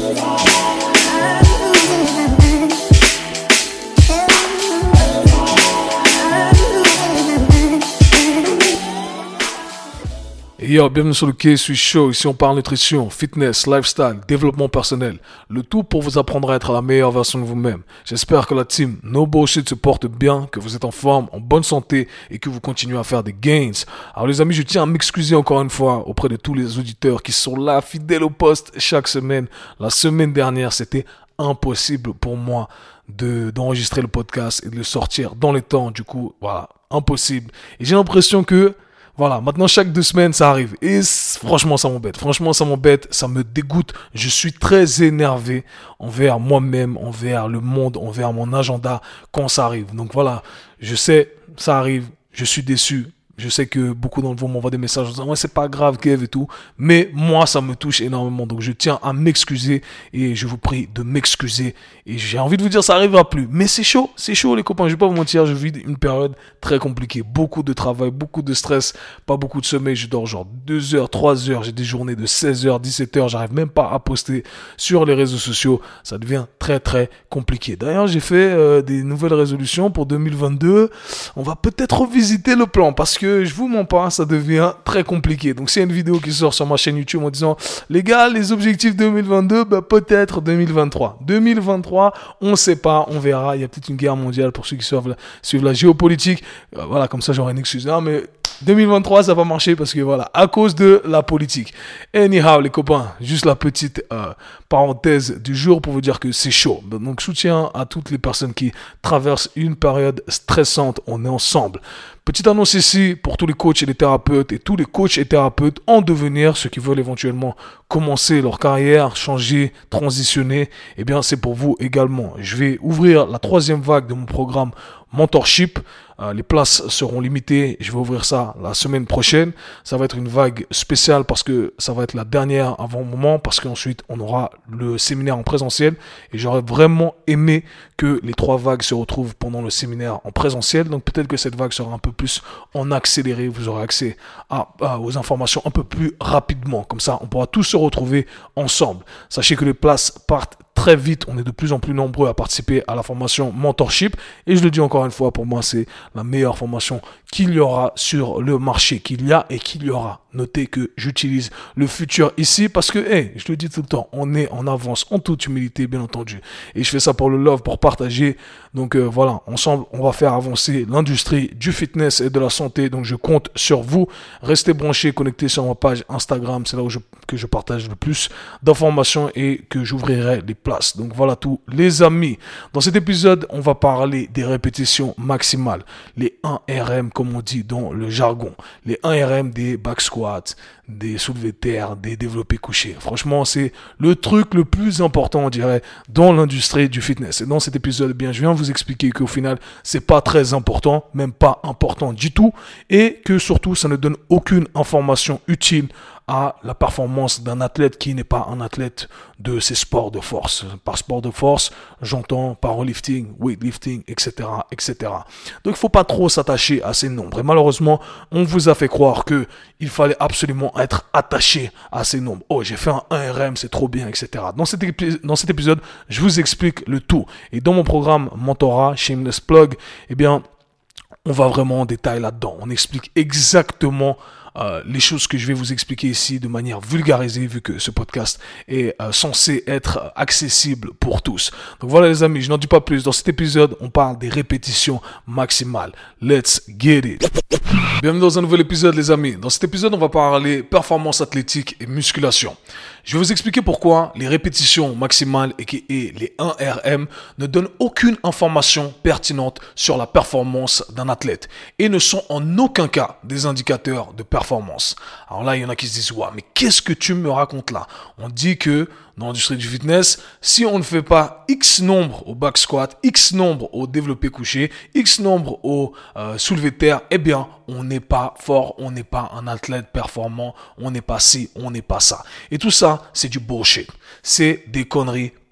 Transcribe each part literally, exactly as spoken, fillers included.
Yo, bienvenue sur le K-Swiss Show. Ici on parle nutrition, fitness, lifestyle, développement personnel. Le tout pour vous apprendre à être la meilleure version de vous-même. J'espère que la team No Bullshit se porte bien, que vous êtes en forme, en bonne santé et que vous continuez à faire des gains. Alors les amis, je tiens à m'excuser encore une fois auprès de tous les auditeurs qui sont là, fidèles au poste chaque semaine. La semaine dernière, c'était impossible pour moi de d'enregistrer le podcast et de le sortir dans les temps. Du coup, voilà, impossible. Et j'ai l'impression que voilà, maintenant chaque deux semaines ça arrive et franchement ça m'embête, franchement ça m'embête, ça me dégoûte, je suis très énervé envers moi-même, envers le monde, envers mon agenda quand ça arrive. Donc voilà, je sais, ça arrive, je suis déçu. Je sais que beaucoup d'entre vous m'envoient des messages en disant « Ouais, c'est pas grave, Kev et tout. » Mais moi, ça me touche énormément. Donc, je tiens à m'excuser et je vous prie de m'excuser. Et j'ai envie de vous dire, ça arrivera plus. Mais c'est chaud, c'est chaud les copains. Je vais pas vous mentir, je vis une période très compliquée. Beaucoup de travail, beaucoup de stress, pas beaucoup de sommeil. Je dors genre deux heures, trois heures. J'ai des journées de seize heures, dix-sept heures. J'arrive même pas à poster sur les réseaux sociaux. Ça devient très, très compliqué. D'ailleurs, j'ai fait euh, des nouvelles résolutions pour deux mille vingt-deux. On va peut-être revisiter le plan parce que je vous mens pas, ça devient très compliqué. Donc c'est une vidéo qui sort sur ma chaîne YouTube en disant les gars, les objectifs deux mille vingt-deux, bah peut-être deux mille vingt-trois. deux mille vingt-trois, on sait pas, on verra. Il y a peut-être une guerre mondiale pour ceux qui suivent la, suivent la géopolitique. Euh, voilà, comme ça j'aurai une excuse. Non mais deux mille vingt-trois, ça va marcher parce que voilà, à cause de la politique. Anyhow, les copains, juste la petite euh, parenthèse du jour pour vous dire que c'est chaud. Donc, soutien à toutes les personnes qui traversent une période stressante. On est ensemble. Petite annonce ici pour tous les coachs et les thérapeutes et tous les coachs et thérapeutes en devenir, ceux qui veulent éventuellement commencer leur carrière, changer, transitionner. Eh bien, c'est pour vous également. Je vais ouvrir la troisième vague de mon programme Mentorship. Euh, les places seront limitées. Je vais ouvrir ça la semaine prochaine. Ça va être une vague spéciale parce que ça va être la dernière avant le moment parce qu'ensuite on aura le séminaire en présentiel et j'aurais vraiment aimé que les trois vagues se retrouvent pendant le séminaire en présentiel. Donc peut-être que cette vague sera un peu plus en accéléré. Vous aurez accès à, à, aux informations un peu plus rapidement. Comme ça, on pourra tous se retrouver ensemble. Sachez que les places partent très vite, on est de plus en plus nombreux à participer à la formation Mentorship et je le dis encore une fois, pour moi c'est la meilleure formation qu'il y aura sur le marché, qu'il y a et qu'il y aura. Notez que j'utilise le futur ici parce que, hey, je le dis tout le temps, on est en avance en toute humilité bien entendu et je fais ça pour le love, pour partager. Donc euh, voilà, ensemble on va faire avancer l'industrie du fitness et de la santé, donc je compte sur vous. Restez branchés, connectés sur ma page Instagram, c'est là où je, que je partage le plus d'informations et que j'ouvrirai les places. Donc voilà tout les amis. Dans cet épisode, on va parler des répétitions maximales, les un R M comme on dit dans le jargon, les un R M des back squats, des soulevés de terre, des développés couchés. Franchement, c'est le truc le plus important, on dirait, dans l'industrie du fitness. Et dans cet épisode, eh bien, je viens vous expliquer qu'au final, c'est pas très important, même pas important du tout, et que surtout, ça ne donne aucune information utile à la performance d'un athlète qui n'est pas un athlète de ces sports de force. Par sport de force, j'entends powerlifting, weightlifting, et cetera, et cetera. Donc, il faut pas trop s'attacher à ces nombres. Et malheureusement, on vous a fait croire que il fallait absolument être attaché à ces nombres. Oh, j'ai fait un un R M, c'est trop bien, et cetera. Dans cet, épi- dans cet épisode, je vous explique le tout. Et dans mon programme Mentorat, Shameless Plug, eh bien, on va vraiment en détail là-dedans. On explique exactement Euh, les choses que je vais vous expliquer ici de manière vulgarisée vu que ce podcast est euh, censé être accessible pour tous. Donc voilà les amis, je n'en dis pas plus. Dans cet épisode, on parle des répétitions maximales. Let's get it. Bienvenue dans un nouvel épisode les amis. Dans cet épisode, on va parler performance athlétique et musculation. Je vais vous expliquer pourquoi les répétitions maximales et les un R M ne donnent aucune information pertinente sur la performance d'un athlète et ne sont en aucun cas des indicateurs de performance. Alors là, il y en a qui se disent « Ouais, mais qu'est-ce que tu me racontes là ?» On dit que dans l'industrie du fitness, si on ne fait pas X nombre au back squat, X nombre au développé couché, X nombre au euh, soulevé de terre, eh bien, on n'est pas fort, on n'est pas un athlète performant, on n'est pas ci, on n'est pas ça. Et tout ça, c'est du bullshit. C'est des conneries pures.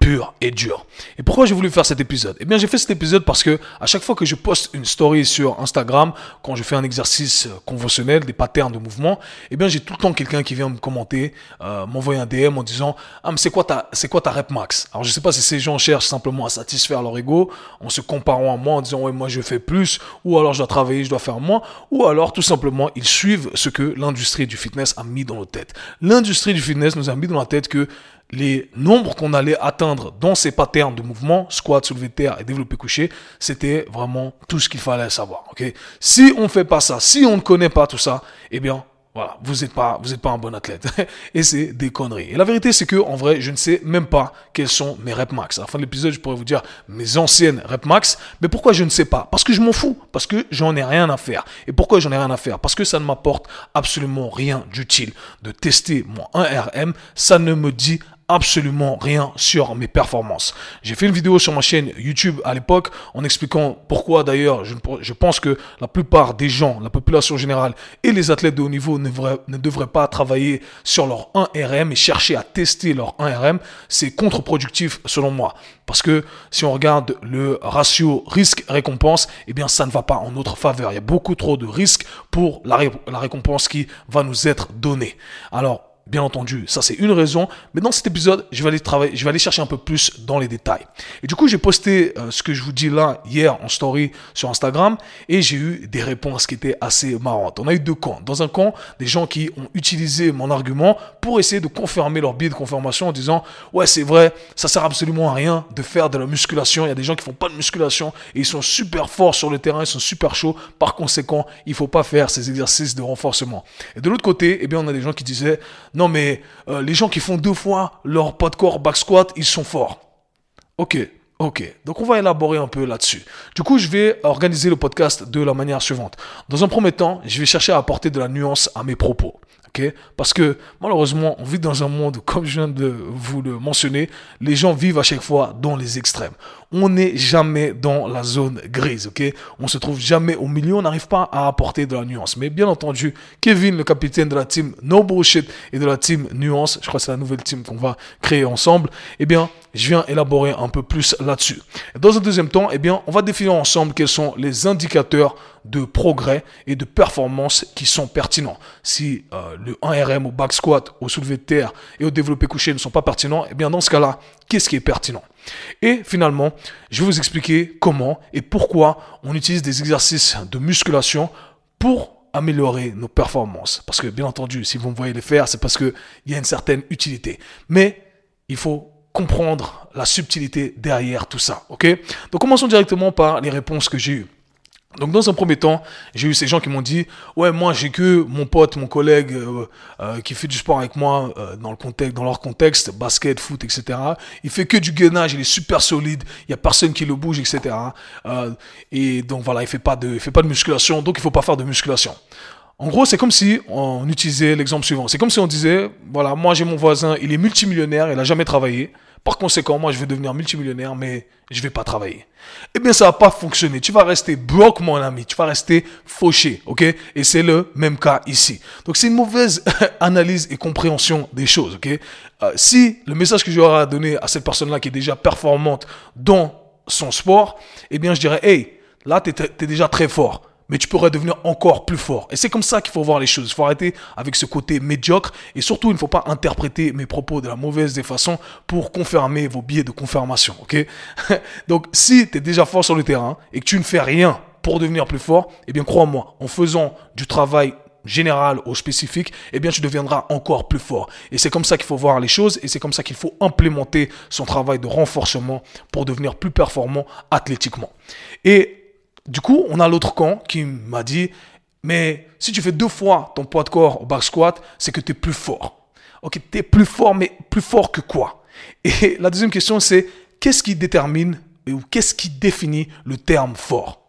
pur et dur. Et pourquoi j'ai voulu faire cet épisode? Eh bien, j'ai fait cet épisode parce que à chaque fois que je poste une story sur Instagram, quand je fais un exercice conventionnel, des patterns de mouvement, eh bien, j'ai tout le temps quelqu'un qui vient me commenter, euh, m'envoyer un D M en disant « Ah, mais c'est quoi ta, c'est quoi ta rep max ?» Alors, je sais pas si ces gens cherchent simplement à satisfaire leur ego en se comparant à moi, en disant « Ouais, moi, je fais plus » ou alors « Je dois travailler, je dois faire moins » ou alors, tout simplement, ils suivent ce que l'industrie du fitness a mis dans nos têtes. L'industrie du fitness nous a mis dans la tête que les nombres qu'on allait atteindre dans ces patterns de mouvement, squat, soulevé de terre et développé couché, c'était vraiment tout ce qu'il fallait savoir. Okay? Si on ne fait pas ça, si on ne connaît pas tout ça, eh bien, voilà, vous n'êtes pas, vous êtes pas un bon athlète. Et c'est des conneries. Et la vérité, c'est que, en vrai, je ne sais même pas quels sont mes reps max. À la fin de l'épisode, je pourrais vous dire mes anciennes reps max. Mais pourquoi je ne sais pas? Parce que je m'en fous. Parce que j'en ai rien à faire. Et pourquoi j'en ai rien à faire? Parce que ça ne m'apporte absolument rien d'utile de tester mon un R M. Ça ne me dit absolument rien sur mes performances. J'ai fait une vidéo sur ma chaîne YouTube à l'époque en expliquant pourquoi d'ailleurs je, je pense que la plupart des gens, la population générale et les athlètes de haut niveau ne devraient, ne devraient pas travailler sur leur un R M et chercher à tester leur un R M. C'est contre-productif selon moi. Parce que si on regarde le ratio risque-récompense, eh bien ça ne va pas en notre faveur. Il y a beaucoup trop de risques pour la, ré- la récompense qui va nous être donnée. Alors, bien entendu, ça c'est une raison, mais dans cet épisode, je vais aller travailler, je vais aller chercher un peu plus dans les détails. Et du coup, j'ai posté euh, ce que je vous dis là hier en story sur Instagram et j'ai eu des réponses qui étaient assez marrantes. On a eu deux camps. Dans un camp, des gens qui ont utilisé mon argument pour essayer de confirmer leur biais de confirmation en disant « Ouais, c'est vrai, ça sert absolument à rien de faire de la musculation. Il y a des gens qui font pas de musculation et ils sont super forts sur le terrain, ils sont super chauds. Par conséquent, il faut pas faire ces exercices de renforcement. » Et de l'autre côté, eh bien, on a des gens qui disaient « Non, mais euh, les gens qui font deux fois leur poids de corps back squat, ils sont forts. » Ok, ok. Donc, on va élaborer un peu là-dessus. Du coup, je vais organiser le podcast de la manière suivante. Dans un premier temps, je vais chercher à apporter de la nuance à mes propos. Okay? Parce que malheureusement, on vit dans un monde, comme je viens de vous le mentionner, les gens vivent à chaque fois dans les extrêmes. On n'est jamais dans la zone grise, ok? On se trouve jamais au milieu, on n'arrive pas à apporter de la nuance. Mais bien entendu, Kevin, le capitaine de la team No Bullshit et de la team Nuance, je crois que c'est la nouvelle team qu'on va créer ensemble, eh bien, je viens élaborer un peu plus là-dessus. Et dans un deuxième temps, eh bien, on va définir ensemble quels sont les indicateurs de progrès et de performance qui sont pertinents. Si euh, le un R M au back squat, au soulevé de terre et au développé couché ne sont pas pertinents, eh bien, dans ce cas-là, qu'est-ce qui est pertinent? Et finalement, je vais vous expliquer comment et pourquoi on utilise des exercices de musculation pour améliorer nos performances. Parce que, bien entendu, si vous me voyez les faire, c'est parce qu'il y a une certaine utilité. Mais il faut comprendre la subtilité derrière tout ça. Ok? Donc, commençons directement par les réponses que j'ai eues. Donc dans un premier temps, j'ai eu ces gens qui m'ont dit « Ouais, moi j'ai que mon pote, mon collègue euh, euh, qui fait du sport avec moi euh, dans le contexte, dans leur contexte, basket, foot, et cetera. Il fait que du gainage, il est super solide, il y a personne qui le bouge, et cetera. Euh, et donc voilà, il fait pas de, il fait pas de musculation, donc il faut pas faire de musculation. » En gros, c'est comme si on utilisait l'exemple suivant. C'est comme si on disait « Voilà, moi j'ai mon voisin, il est multimillionnaire, il a jamais travaillé. Par conséquent, moi, je vais devenir multimillionnaire, mais je vais pas travailler. » Eh bien, ça va pas fonctionner. Tu vas rester broke, mon ami. Tu vas rester fauché, ok? Et c'est le même cas ici. Donc, c'est une mauvaise analyse et compréhension des choses, ok? Euh, si le message que j'aurais à donner à cette personne-là qui est déjà performante dans son sport, eh bien, je dirais, hey, là, t'es, t'es déjà très fort. Mais tu pourrais devenir encore plus fort. Et c'est comme ça qu'il faut voir les choses. Il faut arrêter avec ce côté médiocre. Et surtout, il ne faut pas interpréter mes propos de la mauvaise des façons pour confirmer vos biais de confirmation. Ok? Donc, si tu es déjà fort sur le terrain et que tu ne fais rien pour devenir plus fort, eh bien, crois-moi, en faisant du travail général au spécifique, eh bien, tu deviendras encore plus fort. Et c'est comme ça qu'il faut voir les choses et c'est comme ça qu'il faut implémenter son travail de renforcement pour devenir plus performant athlétiquement. Et du coup, on a l'autre camp qui m'a dit « Mais si tu fais deux fois ton poids de corps au back squat, c'est que tu es plus fort. » Ok, tu es plus fort, mais plus fort que quoi? Et la deuxième question, c'est qu'est-ce qui détermine ou qu'est-ce qui définit le terme fort?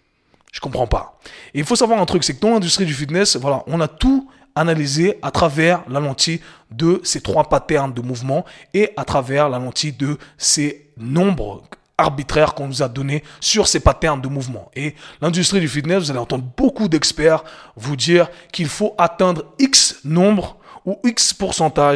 Je comprends pas. Et il faut savoir un truc, c'est que dans l'industrie du fitness, voilà, on a tout analysé à travers la lentille de ces trois patterns de mouvement et à travers la lentille de ces nombres arbitraire qu'on nous a donné sur ces patterns de mouvement. Et l'industrie du fitness, vous allez entendre beaucoup d'experts vous dire qu'il faut atteindre X nombre ou X pourcentage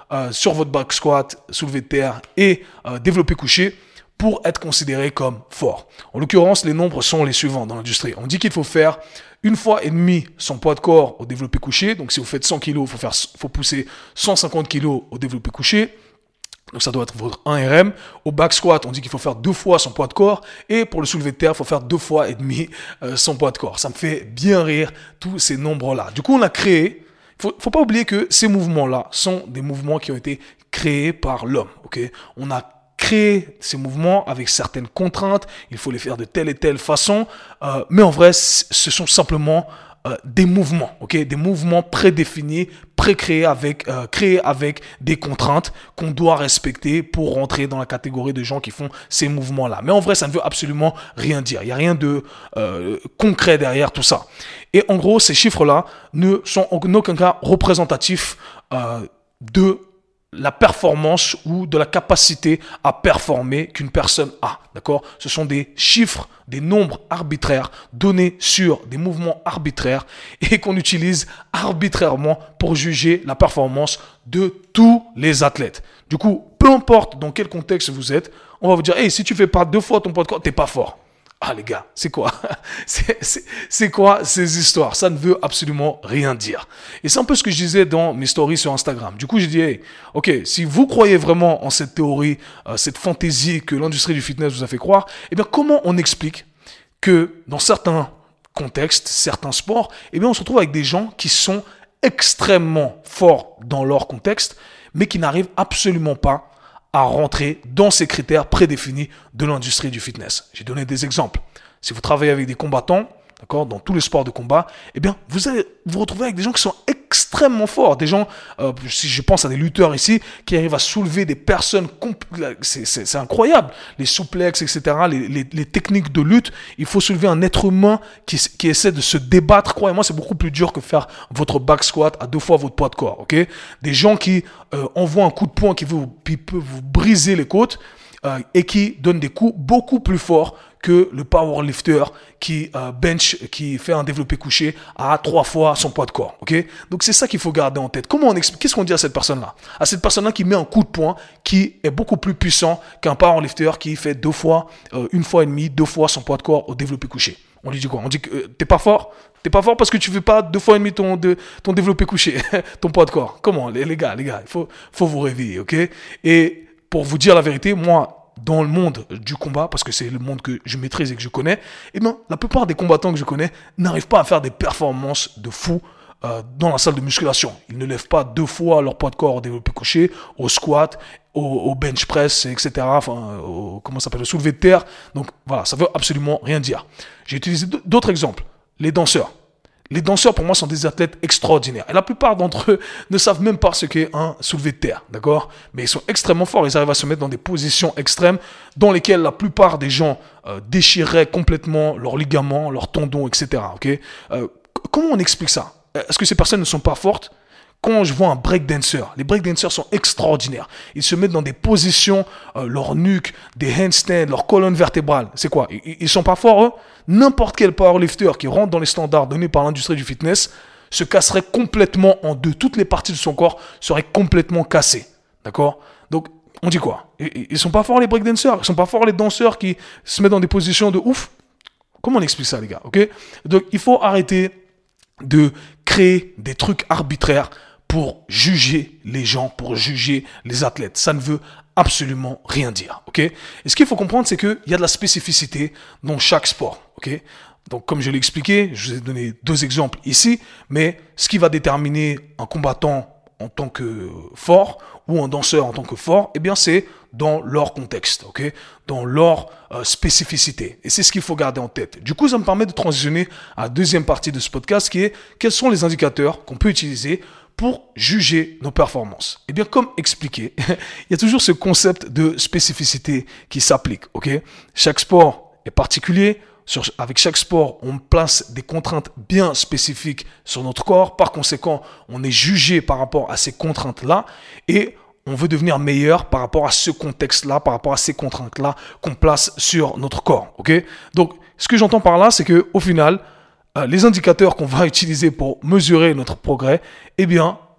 euh, sur votre back squat, soulevé de terre et euh, développé couché pour être considéré comme fort. En l'occurrence, les nombres sont les suivants dans l'industrie. On dit qu'il faut faire une fois et demi son poids de corps au développé couché. Donc si vous faites cent kilos, il faut, faire, faut pousser cent cinquante kilos au développé couché. Donc ça doit être votre un R M. Au back squat, on dit qu'il faut faire deux fois son poids de corps. Et pour le soulevé de terre, il faut faire deux fois et demi euh, son poids de corps. Ça me fait bien rire tous ces nombres-là. Du coup, on a créé... Il faut, faut pas oublier que ces mouvements-là sont des mouvements qui ont été créés par l'homme. Okay ? On a créé ces mouvements avec certaines contraintes. Il faut les faire de telle et telle façon. Euh, mais en vrai, ce sont simplement... Euh, des mouvements, ok, des mouvements prédéfinis, pré-créés avec, euh, créés avec des contraintes qu'on doit respecter pour rentrer dans la catégorie de gens qui font ces mouvements-là. Mais en vrai, ça ne veut absolument rien dire. Il n'y a rien de euh, concret derrière tout ça. Et en gros, ces chiffres-là ne sont en aucun cas représentatifs euh, de la performance ou de la capacité à performer qu'une personne a, d'accord ? Ce sont des chiffres, des nombres arbitraires donnés sur des mouvements arbitraires et qu'on utilise arbitrairement pour juger la performance de tous les athlètes. Du coup, peu importe dans quel contexte vous êtes, on va vous dire, hey, si tu fais pas deux fois ton poids de corps, t'es pas fort. Ah les gars, c'est quoi c'est, c'est, c'est quoi ces histoires? Ça ne veut absolument rien dire. Et c'est un peu ce que je disais dans mes stories sur Instagram. Du coup, j'ai dit, hey, ok, si vous croyez vraiment en cette théorie, euh, cette fantaisie que l'industrie du fitness vous a fait croire, eh bien, comment on explique que dans certains contextes, certains sports, eh bien, on se retrouve avec des gens qui sont extrêmement forts dans leur contexte, mais qui n'arrivent absolument pas à rentrer dans ces critères prédéfinis de l'industrie du fitness. J'ai donné des exemples. Si vous travaillez avec des combattants, d'accord, dans tous les sports de combat, eh bien, vous allez vous retrouver avec des gens qui sont extrêmement forts. Des gens, euh, si je pense à des lutteurs ici, qui arrivent à soulever des personnes, compl- c'est, c'est, c'est incroyable. Les souplexes, et cetera, les, les, les techniques de lutte, il faut soulever un être humain qui, qui essaie de se débattre. Croyez-moi, c'est beaucoup plus dur que faire votre back squat à deux fois votre poids de corps, ok? Des gens qui euh, envoient un coup de poing qui, vous, qui peut vous briser les côtes euh, et qui donnent des coups beaucoup plus forts que le powerlifter qui euh, bench, qui fait un développé couché à trois fois son poids de corps. Ok ? Donc c'est ça qu'il faut garder en tête. Comment on explique ? Qu'est-ce qu'on dit à cette personne-là ? À cette personne-là qui met un coup de poing qui est beaucoup plus puissant qu'un powerlifter qui fait deux fois, euh, une fois et demie, deux fois son poids de corps au développé couché. On lui dit quoi ? On dit que euh, t'es pas fort ? T'es pas fort parce que tu fais pas deux fois et demi ton, de, ton développé couché, ton poids de corps. Comment ? Les, les gars, les gars, il faut, faut vous réveiller, ok ? Et pour vous dire la vérité, moi, dans le monde du combat, parce que c'est le monde que je maîtrise et que je connais, eh bien, la plupart des combattants que je connais n'arrivent pas à faire des performances de fou euh, dans la salle de musculation. Ils ne lèvent pas deux fois leur poids de corps au développé couché, au squat, au, au bench press, et cetera. Enfin, au, comment ça s'appelle, le soulevé de terre. Donc voilà, ça veut absolument rien dire. J'ai utilisé d'autres exemples. Les danseurs. Les danseurs, pour moi, sont des athlètes extraordinaires. Et la plupart d'entre eux ne savent même pas ce qu'est un soulevé de terre, d'accord ? Mais ils sont extrêmement forts. Ils arrivent à se mettre dans des positions extrêmes dans lesquelles la plupart des gens euh, déchireraient complètement leurs ligaments, leurs tendons, et cetera. Okay ? Euh, comment on explique ça ? Est-ce que ces personnes ne sont pas fortes ? Quand je vois un breakdancer, les breakdancers sont extraordinaires. Ils se mettent dans des positions, euh, leur nuque, des handstands, leur colonne vertébrale. C'est quoi ? Ils, ils sont pas forts, eux ? N'importe quel powerlifter qui rentre dans les standards donnés par l'industrie du fitness se casserait complètement en deux. Toutes les parties de son corps seraient complètement cassées. D'accord ? Donc, on dit quoi ? Ils, ils sont pas forts, les breakdancers ? Ils sont pas forts, les danseurs qui se mettent dans des positions de ouf ? Comment on explique ça, les gars ? Ok ? Donc, il faut arrêter de créer des trucs arbitraires pour juger les gens, pour juger les athlètes. Ça ne veut absolument rien dire, ok ? Et ce qu'il faut comprendre, c'est qu'il y a de la spécificité dans chaque sport, ok ? Donc, comme je l'ai expliqué, je vous ai donné deux exemples ici, mais ce qui va déterminer un combattant en tant que fort ou un danseur en tant que fort, eh bien, c'est dans leur contexte, ok ? Dans leur euh, spécificité. Et c'est ce qu'il faut garder en tête. Du coup, ça me permet de transitionner à la deuxième partie de ce podcast qui est quels sont les indicateurs qu'on peut utiliser pour juger nos performances. Eh bien, comme expliqué, il y a toujours ce concept de spécificité qui s'applique, ok ? Chaque sport est particulier. Sur, avec chaque sport, on place des contraintes bien spécifiques sur notre corps. Par conséquent, on est jugé par rapport à ces contraintes-là et on veut devenir meilleur par rapport à ce contexte-là, par rapport à ces contraintes-là qu'on place sur notre corps, ok ? Donc, ce que j'entends par là, c'est que au final, euh, les indicateurs qu'on va utiliser pour mesurer notre progrès, eh bien,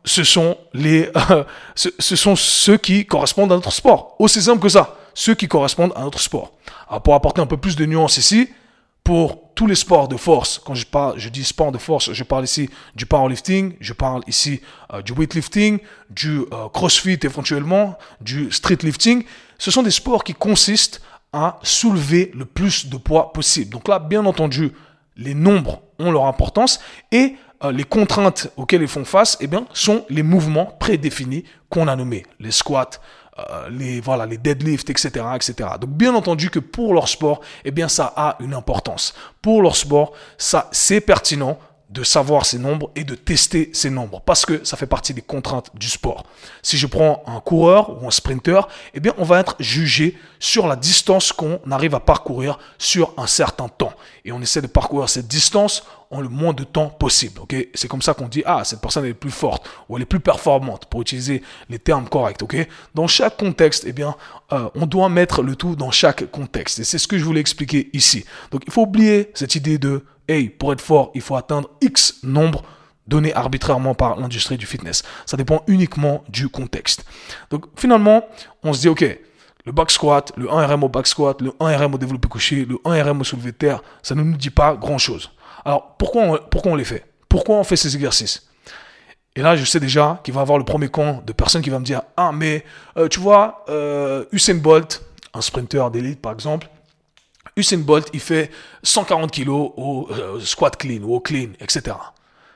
ce sont les, euh, ce, ce sont ceux qui correspondent à notre sport. Aussi simple que ça. Ceux qui correspondent à notre sport. Alors, pour apporter un peu plus de nuances ici, pour tous les sports de force, quand je parle, je dis sport de force, je parle ici du powerlifting, je parle ici euh, du weightlifting, du euh, crossfit éventuellement, du streetlifting. Ce sont des sports qui consistent à soulever le plus de poids possible. Donc là, bien entendu, les nombres ont leur importance et euh, les contraintes auxquelles ils font face, eh bien, sont les mouvements prédéfinis qu'on a nommés, les squats, euh, les voilà, les deadlifts, et cetera, et cetera. Donc bien entendu que pour leur sport, eh bien, ça a une importance. Pour leur sport, ça c'est pertinent de savoir ces nombres et de tester ces nombres parce que ça fait partie des contraintes du sport. Si je prends un coureur ou un sprinter, eh bien, on va être jugé sur la distance qu'on arrive à parcourir sur un certain temps. Et on essaie de parcourir cette distance en le moins de temps possible. Okay? C'est comme ça qu'on dit, ah, cette personne elle est plus forte ou elle est plus performante, pour utiliser les termes corrects. Okay? Dans chaque contexte, eh bien, euh, on doit mettre le tout dans chaque contexte. Et c'est ce que je voulais expliquer ici. Donc, il faut oublier cette idée de hey, pour être fort, il faut atteindre X nombre donné arbitrairement par l'industrie du fitness. Ça dépend uniquement du contexte. Donc, finalement, on se dit, OK, le back squat, le un R M au back squat, le un R M au développé couché, le un R M au soulevé de terre, ça ne nous dit pas grand-chose. Alors, pourquoi on, pourquoi on les fait? Pourquoi on fait ces exercices? Et là, je sais déjà qu'il va y avoir le premier camp de personnes qui va me dire, ah, mais euh, tu vois, euh, Usain Bolt, un sprinter d'élite par exemple, Usain Bolt, il fait cent quarante kilos au euh, squat clean ou au clean, et cetera.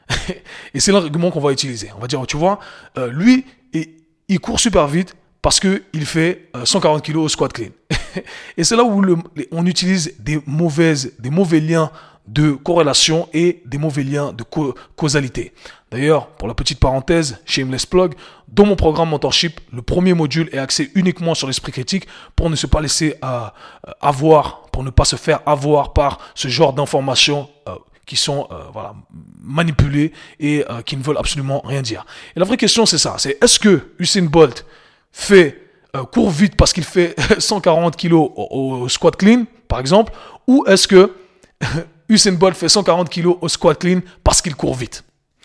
Et c'est l'argument qu'on va utiliser. On va dire, tu vois, euh, lui, il, il court super vite parce qu'il fait euh, cent quarante kilos au squat clean. Et c'est là où le, on utilise des, mauvaises, des mauvais liens de corrélation et des mauvais liens de co- causalité. D'ailleurs, pour la petite parenthèse, shameless plug, dans mon programme Mentorship, le premier module est axé uniquement sur l'esprit critique pour ne se pas laisser euh, avoir, pour ne pas se faire avoir par ce genre d'informations euh, qui sont euh, voilà, manipulées et euh, qui ne veulent absolument rien dire. Et la vraie question, c'est ça, c'est est-ce que Usain Bolt fait, euh, court vite parce qu'il fait cent quarante kilos au, au squat clean, par exemple, ou est-ce que Usain Bolt fait cent quarante kilos au squat clean parce qu'il court vite?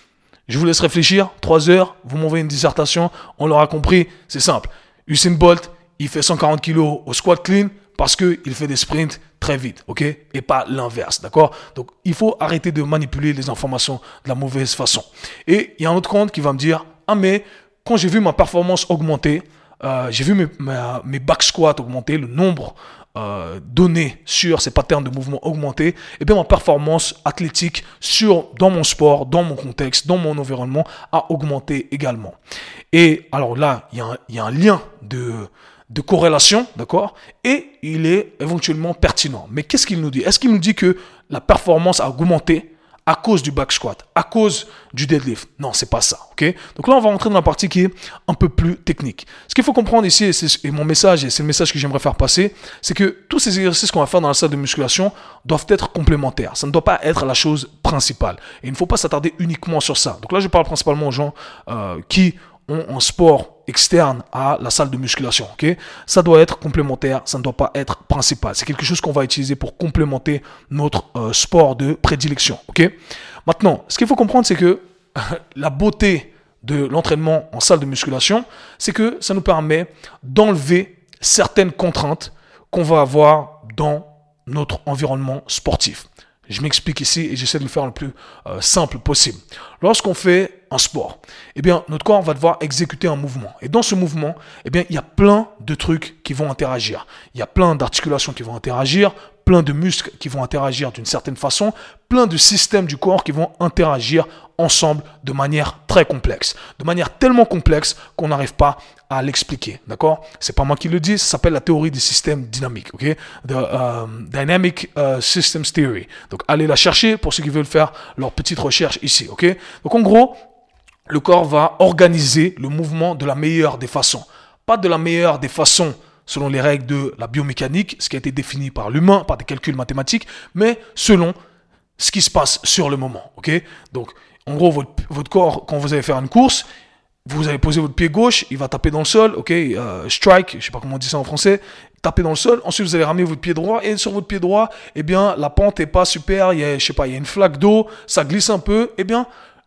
Je vous laisse réfléchir, trois heures, vous m'envoyez une dissertation, on l'aura compris, c'est simple. Usain Bolt, il fait cent quarante kilos au squat clean parce qu'il fait des sprints très vite, ok? Et pas l'inverse, d'accord? Donc, il faut arrêter de manipuler les informations de la mauvaise façon. Et il y a un autre compte qui va me dire, ah mais, quand j'ai vu ma performance augmenter, euh, j'ai vu mes, mes, mes back squats augmenter, le nombre Euh, donné sur ces patterns de mouvement augmentés, et bien ma performance athlétique sur, dans mon sport, dans mon contexte, dans mon environnement a augmenté également. Et alors là, il y a un, il y a un lien de, de corrélation, d'accord? Et il est éventuellement pertinent. Mais qu'est-ce qu'il nous dit? Est-ce qu'il nous dit que la performance a augmenté à cause du back squat, à cause du deadlift? Non, c'est pas ça, ok? Donc là, on va rentrer dans la partie qui est un peu plus technique. Ce qu'il faut comprendre ici, et, c'est, et mon message, et c'est le message que j'aimerais faire passer, c'est que tous ces exercices qu'on va faire dans la salle de musculation doivent être complémentaires. Ça ne doit pas être la chose principale. Et il ne faut pas s'attarder uniquement sur ça. Donc là, je parle principalement aux gens euh, qui ont un sport externe à la salle de musculation, ok? Ça doit être complémentaire, ça ne doit pas être principal. C'est quelque chose qu'on va utiliser pour complémenter notre euh, sport de prédilection, ok? Maintenant, ce qu'il faut comprendre, c'est que la beauté de l'entraînement en salle de musculation, c'est que ça nous permet d'enlever certaines contraintes qu'on va avoir dans notre environnement sportif. Je m'explique ici et j'essaie de le faire le plus euh, simple possible. Lorsqu'on fait un sport, eh bien, notre corps va devoir exécuter un mouvement. Et dans ce mouvement, eh bien, il y a plein de trucs qui vont interagir. Il y a plein d'articulations qui vont interagir, plein de muscles qui vont interagir d'une certaine façon, plein de systèmes du corps qui vont interagir ensemble de manière très complexe. De manière tellement complexe qu'on n'arrive pas à l'expliquer, d'accord? C'est pas moi qui le dis, ça s'appelle la théorie des systèmes dynamiques, ok? The um, Dynamic uh, Systems Theory. Donc, allez la chercher pour ceux qui veulent faire leur petite recherche ici, ok? Donc, en gros, le corps va organiser le mouvement de la meilleure des façons. Pas de la meilleure des façons selon les règles de la biomécanique, ce qui a été défini par l'humain, par des calculs mathématiques, mais selon ce qui se passe sur le moment, ok? Donc, en gros, votre, votre corps, quand vous allez faire une course, vous allez poser votre pied gauche, il va taper dans le sol, ok, euh, strike, je sais pas comment on dit ça en français, taper dans le sol. Ensuite, vous allez ramener votre pied droit et sur votre pied droit, eh bien, la pente est pas super, il y a, je sais pas, il y a une flaque d'eau, ça glisse un peu, eh bien,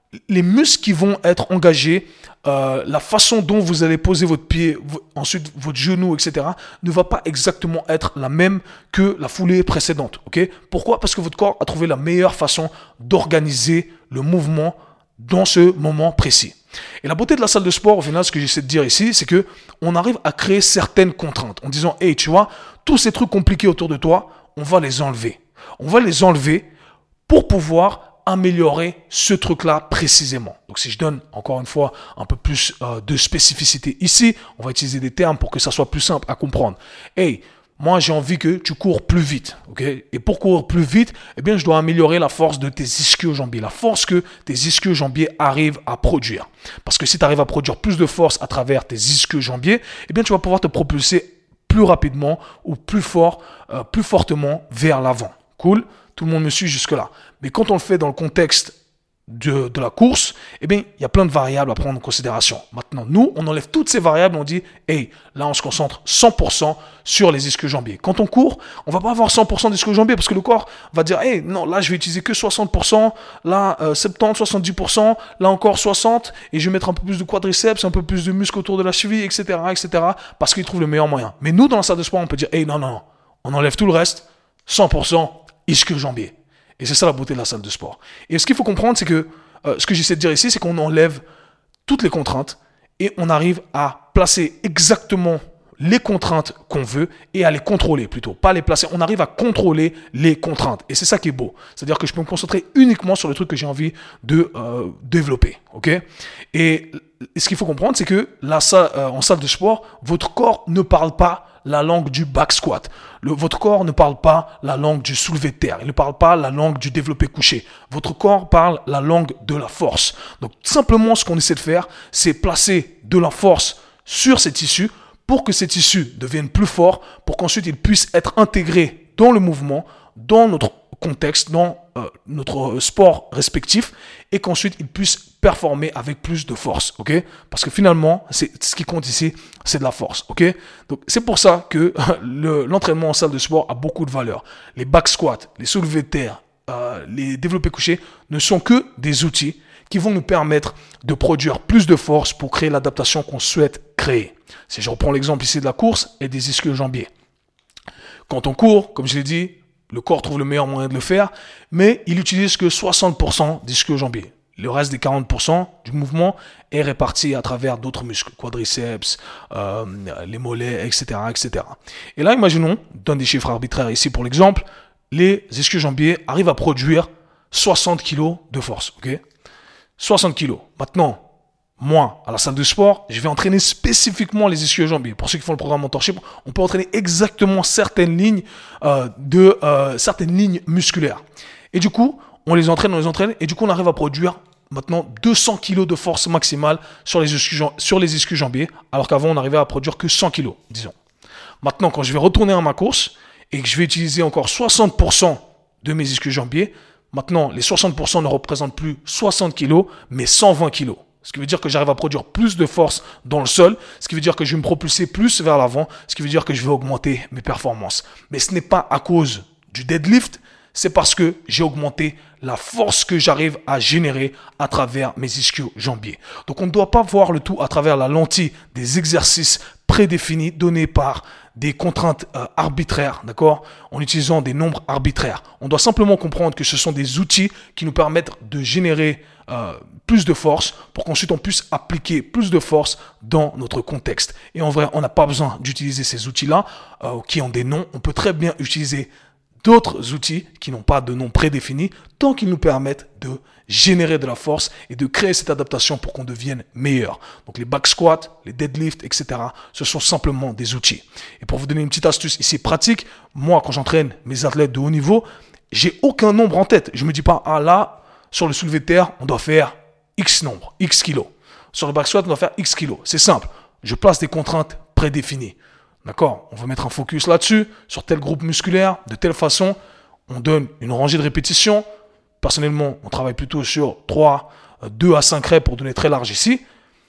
les muscles qui vont être engagés, euh, la façon dont vous allez poser votre pied, v- ensuite votre genou, et cetera, ne va pas exactement être la même que la foulée précédente. Okay? Pourquoi? Parce que votre corps a trouvé la meilleure façon d'organiser le mouvement dans ce moment précis. Et la beauté de la salle de sport, au final, ce que j'essaie de dire ici, c'est que on arrive à créer certaines contraintes en disant, hey, tu vois, tous ces trucs compliqués autour de toi, on va les enlever. On va les enlever pour pouvoir améliorer ce truc-là précisément. Donc si je donne encore une fois un peu plus euh, de spécificité ici, on va utiliser des termes pour que ça soit plus simple à comprendre. Hey, moi j'ai envie que tu cours plus vite, ok? Et pour courir plus vite, eh bien je dois améliorer la force de tes ischio-jambiers, la force que tes ischio-jambiers arrivent à produire. Parce que si tu arrives à produire plus de force à travers tes ischio-jambiers, eh bien tu vas pouvoir te propulser plus rapidement ou plus fort, euh, plus fortement vers l'avant. Cool? Tout le monde me suit jusque-là. Mais quand on le fait dans le contexte de, de la course, eh bien, il y a plein de variables à prendre en considération. Maintenant, nous, on enlève toutes ces variables, on dit, hey, là, on se concentre cent pour cent sur les ischio-jambiers. Quand on court, on va pas avoir cent pour cent d'ischio-jambiers parce que le corps va dire, hey, non, là, je vais utiliser que soixante pour cent, là, euh, soixante-dix, soixante-dix pour cent, là encore soixante, et je vais mettre un peu plus de quadriceps, un peu plus de muscles autour de la cheville, et cetera, et cetera, parce qu'il trouve le meilleur moyen. Mais nous, dans la salle de sport, on peut dire, hey, non, non, non, on enlève tout le reste, cent pour cent ischio-jambiers. Et c'est ça la beauté de la salle de sport. Et ce qu'il faut comprendre, c'est que euh, ce que j'essaie de dire ici, c'est qu'on enlève toutes les contraintes et on arrive à placer exactement les contraintes qu'on veut et à les contrôler plutôt, pas les placer. On arrive à contrôler les contraintes et c'est ça qui est beau. C'est-à-dire que je peux me concentrer uniquement sur le truc que j'ai envie de euh, développer, ok? Et, et ce qu'il faut comprendre, c'est que là, ça, euh, en salle de sport, votre corps ne parle pas la langue du back squat. Le, votre corps ne parle pas la langue du soulevé de terre. Il ne parle pas la langue du développé couché. Votre corps parle la langue de la force. Donc, simplement, ce qu'on essaie de faire, c'est placer de la force sur ces tissus pour que ces tissus deviennent plus forts, pour qu'ensuite ils puissent être intégrés dans le mouvement, dans notre contexte, dans euh, notre sport respectif, et qu'ensuite ils puissent performer avec plus de force, ok? Parce que finalement, c'est ce qui compte ici, c'est de la force, ok? Donc c'est pour ça que le, l'entraînement en salle de sport a beaucoup de valeur. Les back squats, les soulevés de terre, euh, les développés couchés ne sont que des outils qui vont nous permettre de produire plus de force pour créer l'adaptation qu'on souhaite créer. Si je reprends l'exemple ici de la course et des ischio-jambiers. Quand on court, comme je l'ai dit, le corps trouve le meilleur moyen de le faire, mais il n'utilise que soixante pour cent d'ischio-jambiers. Le reste des quarante pour cent du mouvement est réparti à travers d'autres muscles, quadriceps, euh, les mollets, et cetera, et cetera. Et là, imaginons, on donne des chiffres arbitraires ici pour l'exemple, les ischio-jambiers arrivent à produire soixante kilos de force, ok? soixante kilos. Maintenant, moi, à la salle de sport, je vais entraîner spécifiquement les ischio-jambiers. Pour ceux qui font le programme mentorship, on peut entraîner exactement certaines lignes euh, de euh, certaines lignes musculaires. Et du coup, on les entraîne, on les entraîne, et du coup, on arrive à produire maintenant deux cents kilos de force maximale sur les ischio, sur les ischio-jambiers, alors qu'avant, on arrivait à produire que cent kilos, disons. Maintenant, quand je vais retourner à ma course et que je vais utiliser encore soixante pour cent de mes ischio-jambiers, maintenant, les soixante pour cent ne représentent plus soixante kilos, mais cent vingt kilos. Ce qui veut dire que j'arrive à produire plus de force dans le sol, ce qui veut dire que je vais me propulser plus vers l'avant, ce qui veut dire que je vais augmenter mes performances. Mais ce n'est pas à cause du deadlift, c'est parce que j'ai augmenté la force que j'arrive à générer à travers mes ischio-jambiers. Donc on ne doit pas voir le tout à travers la lentille des exercices prédéfinis donnés par des contraintes euh, arbitraires, d'accord, en utilisant des nombres arbitraires. On doit simplement comprendre que ce sont des outils qui nous permettent de générer euh, plus de force pour qu'ensuite on puisse appliquer plus de force dans notre contexte. Et en vrai, on n'a pas besoin d'utiliser ces outils-là euh, qui ont des noms. On peut très bien utiliser d'autres outils qui n'ont pas de nom prédéfini tant qu'ils nous permettent de générer de la force et de créer cette adaptation pour qu'on devienne meilleur. Donc les back squats, les deadlifts, et cetera, ce sont simplement des outils. Et pour vous donner une petite astuce ici pratique, moi quand j'entraîne mes athlètes de haut niveau, j'ai aucun nombre en tête. Je me dis pas, ah là, sur le soulevé de terre, on doit faire X nombre, X kilos. Sur le back squat, on doit faire X kilos. C'est simple. Je place des contraintes prédéfinies. D'accord? On va mettre un focus là-dessus, sur tel groupe musculaire, de telle façon. On donne une rangée de répétitions. Personnellement, on travaille plutôt sur trois, deux à cinq reps pour donner très large ici.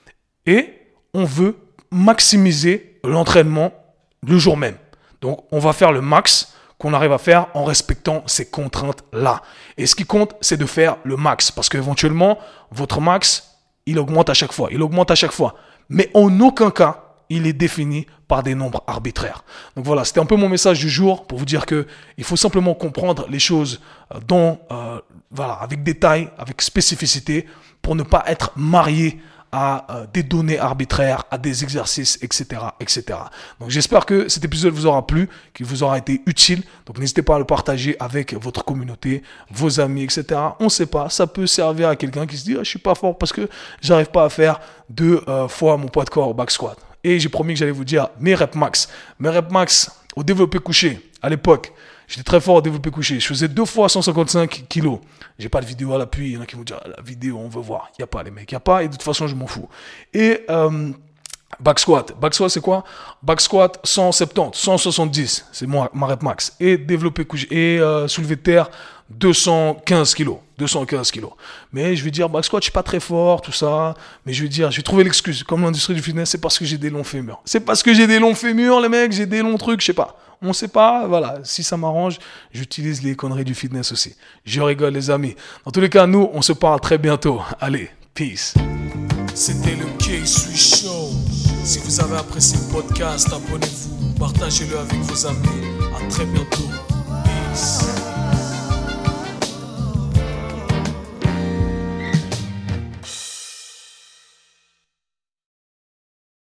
Et on veut maximiser l'entraînement le jour même. Donc, on va faire le max qu'on arrive à faire en respectant ces contraintes-là. Et ce qui compte, c'est de faire le max. Parce qu'éventuellement, votre max, il augmente à chaque fois. Il augmente à chaque fois. Mais en aucun cas, il est défini par des nombres arbitraires. Donc voilà, c'était un peu mon message du jour pour vous dire que il faut simplement comprendre les choses dans, euh, voilà, avec détail, avec spécificité, pour ne pas être marié à euh, des données arbitraires, à des exercices, et cetera, et cetera. Donc j'espère que cet épisode vous aura plu, qu'il vous aura été utile. Donc n'hésitez pas à le partager avec votre communauté, vos amis, et cetera. On ne sait pas, ça peut servir à quelqu'un qui se dit ah, je suis pas fort parce que j'arrive pas à faire deux euh, fois mon poids de corps au back squat. Et j'ai promis que j'allais vous dire mes reps max. Mes reps max au développé couché, à l'époque, j'étais très fort au développé couché. Je faisais deux fois cent cinquante-cinq kilos. J'ai pas de vidéo à l'appui. Il y en a qui vont dire la vidéo, on veut voir. Il n'y a pas, les mecs. Il n'y a pas. Et de toute façon, je m'en fous. Et euh, back squat. Back squat, c'est quoi? Back squat, cent soixante-dix, cent soixante-dix. C'est mon, ma rep max. Et développé couché. Et euh, soulevé de terre, deux cent quinze kilos. deux cent quinze kilos. Mais je vais dire, back squat, je suis pas très fort, tout ça. Mais je vais dire, je vais trouver l'excuse. Comme l'industrie du fitness, c'est parce que j'ai des longs fémurs. C'est parce que j'ai des longs fémurs, les mecs. J'ai des longs trucs, je sais pas. On sait pas, voilà. Si ça m'arrange, j'utilise les conneries du fitness aussi. Je rigole, les amis. Dans tous les cas, nous, on se parle très bientôt. Allez, peace. C'était le K-Swiss Show. Si vous avez apprécié le podcast, abonnez-vous, partagez-le avec vos amis. À très bientôt.